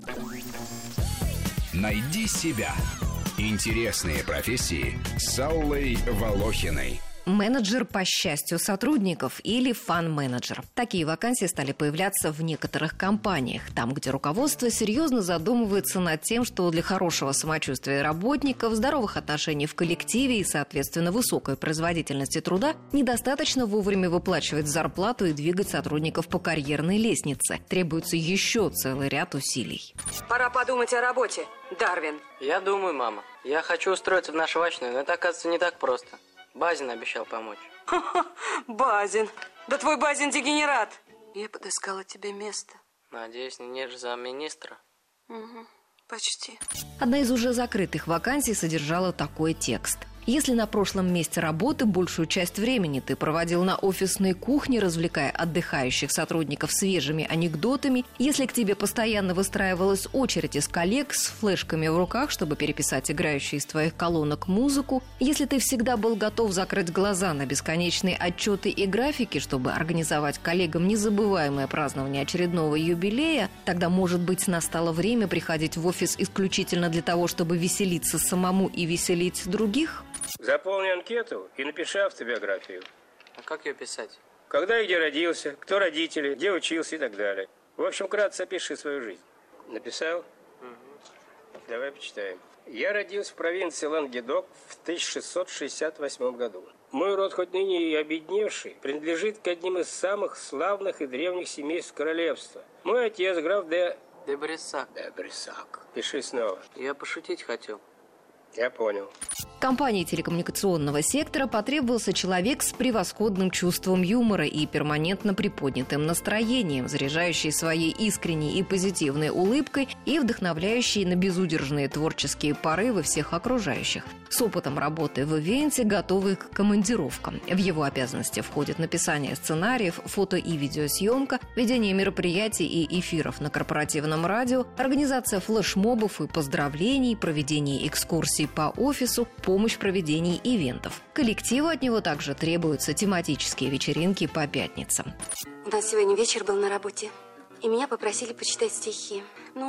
Найди себя. Интересные профессии с Аллой Волохиной. Менеджер по счастью сотрудников или фан-менеджер. Такие вакансии стали появляться в некоторых компаниях. Там, где руководство серьезно задумывается над тем, что для хорошего самочувствия работников, здоровых отношений в коллективе и, соответственно, высокой производительности труда недостаточно вовремя выплачивать зарплату и двигать сотрудников по карьерной лестнице. Требуется еще целый ряд усилий. Пора подумать о работе, Дарвин. Я думаю, мама. Я хочу устроиться в нашу очную, но это, оказывается, не так просто. Базин обещал помочь. Базин. Да твой Базин дегенерат. Я подыскала тебе место. Надеюсь, не же замминистра. Угу, почти. Одна из уже закрытых вакансий содержала такой текст. Если на прошлом месте работы большую часть времени ты проводил на офисной кухне, развлекая отдыхающих сотрудников свежими анекдотами, если к тебе постоянно выстраивалась очередь из коллег с флешками в руках, чтобы переписать играющую из твоих колонок музыку, если ты всегда был готов закрыть глаза на бесконечные отчеты и графики, чтобы организовать коллегам незабываемое празднование очередного юбилея, тогда, может быть, настало время приходить в офис исключительно для того, чтобы веселиться самому и веселить других? Заполни анкету и напиши автобиографию. А как ее писать? Когда и где родился, кто родители, где учился и так далее. В общем, вкратце опиши свою жизнь. Написал? Угу. Давай почитаем. Я родился в провинции Лангедок в 1668 году. Мой род, хоть ныне и обедневший, принадлежит к одним из самых славных и древних семейств королевства. Мой отец, граф де Брисак. Де Брисак. Пиши снова. Я пошутить хотел. Я понял. Компании телекоммуникационного сектора потребовался человек с превосходным чувством юмора и перманентно приподнятым настроением, заряжающий своей искренней и позитивной улыбкой и вдохновляющий на безудержные творческие порывы всех окружающих. С опытом работы в ивенте, готовый к командировкам. В его обязанности входит написание сценариев, фото- и видеосъемка, ведение мероприятий и эфиров на корпоративном радио, организация флешмобов и поздравлений, проведение экскурсий по офису, помощь в проведении ивентов. Коллективу от него также требуются тематические вечеринки по пятницам. У нас сегодня вечер был на работе, и меня попросили почитать стихи.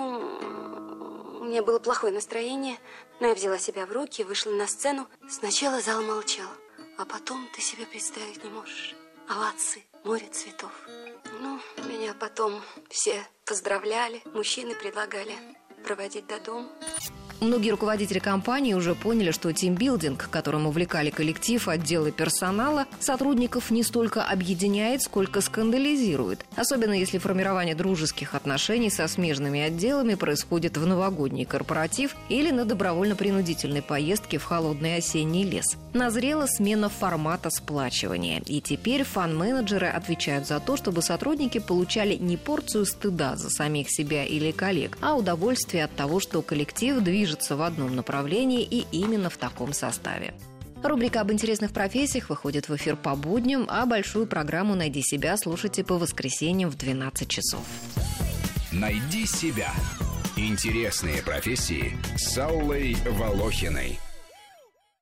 У меня было плохое настроение, но я взяла себя в руки, вышла на сцену. Сначала зал молчал, а потом ты себе представить не можешь. Овации, море цветов. Меня потом все поздравляли, мужчины предлагали проводить до дома. Многие руководители компании уже поняли, что тимбилдинг, которым увлекали коллектив, отделы персонала, сотрудников не столько объединяет, сколько скандализирует. Особенно если формирование дружеских отношений со смежными отделами происходит в новогодний корпоратив или на добровольно-принудительной поездке в холодный осенний лес. Назрела смена формата сплачивания. И теперь фан-менеджеры отвечают за то, чтобы сотрудники получали не порцию стыда за самих себя или коллег, а удовольствие от того, что коллектив движется в одном направлении и именно в таком составе. Рубрика об интересных профессиях выходит в эфир по будням, а большую программу «Найди себя» слушайте по воскресеньям в 12 часов. Найди себя. Интересные профессии с Аллой Волохиной.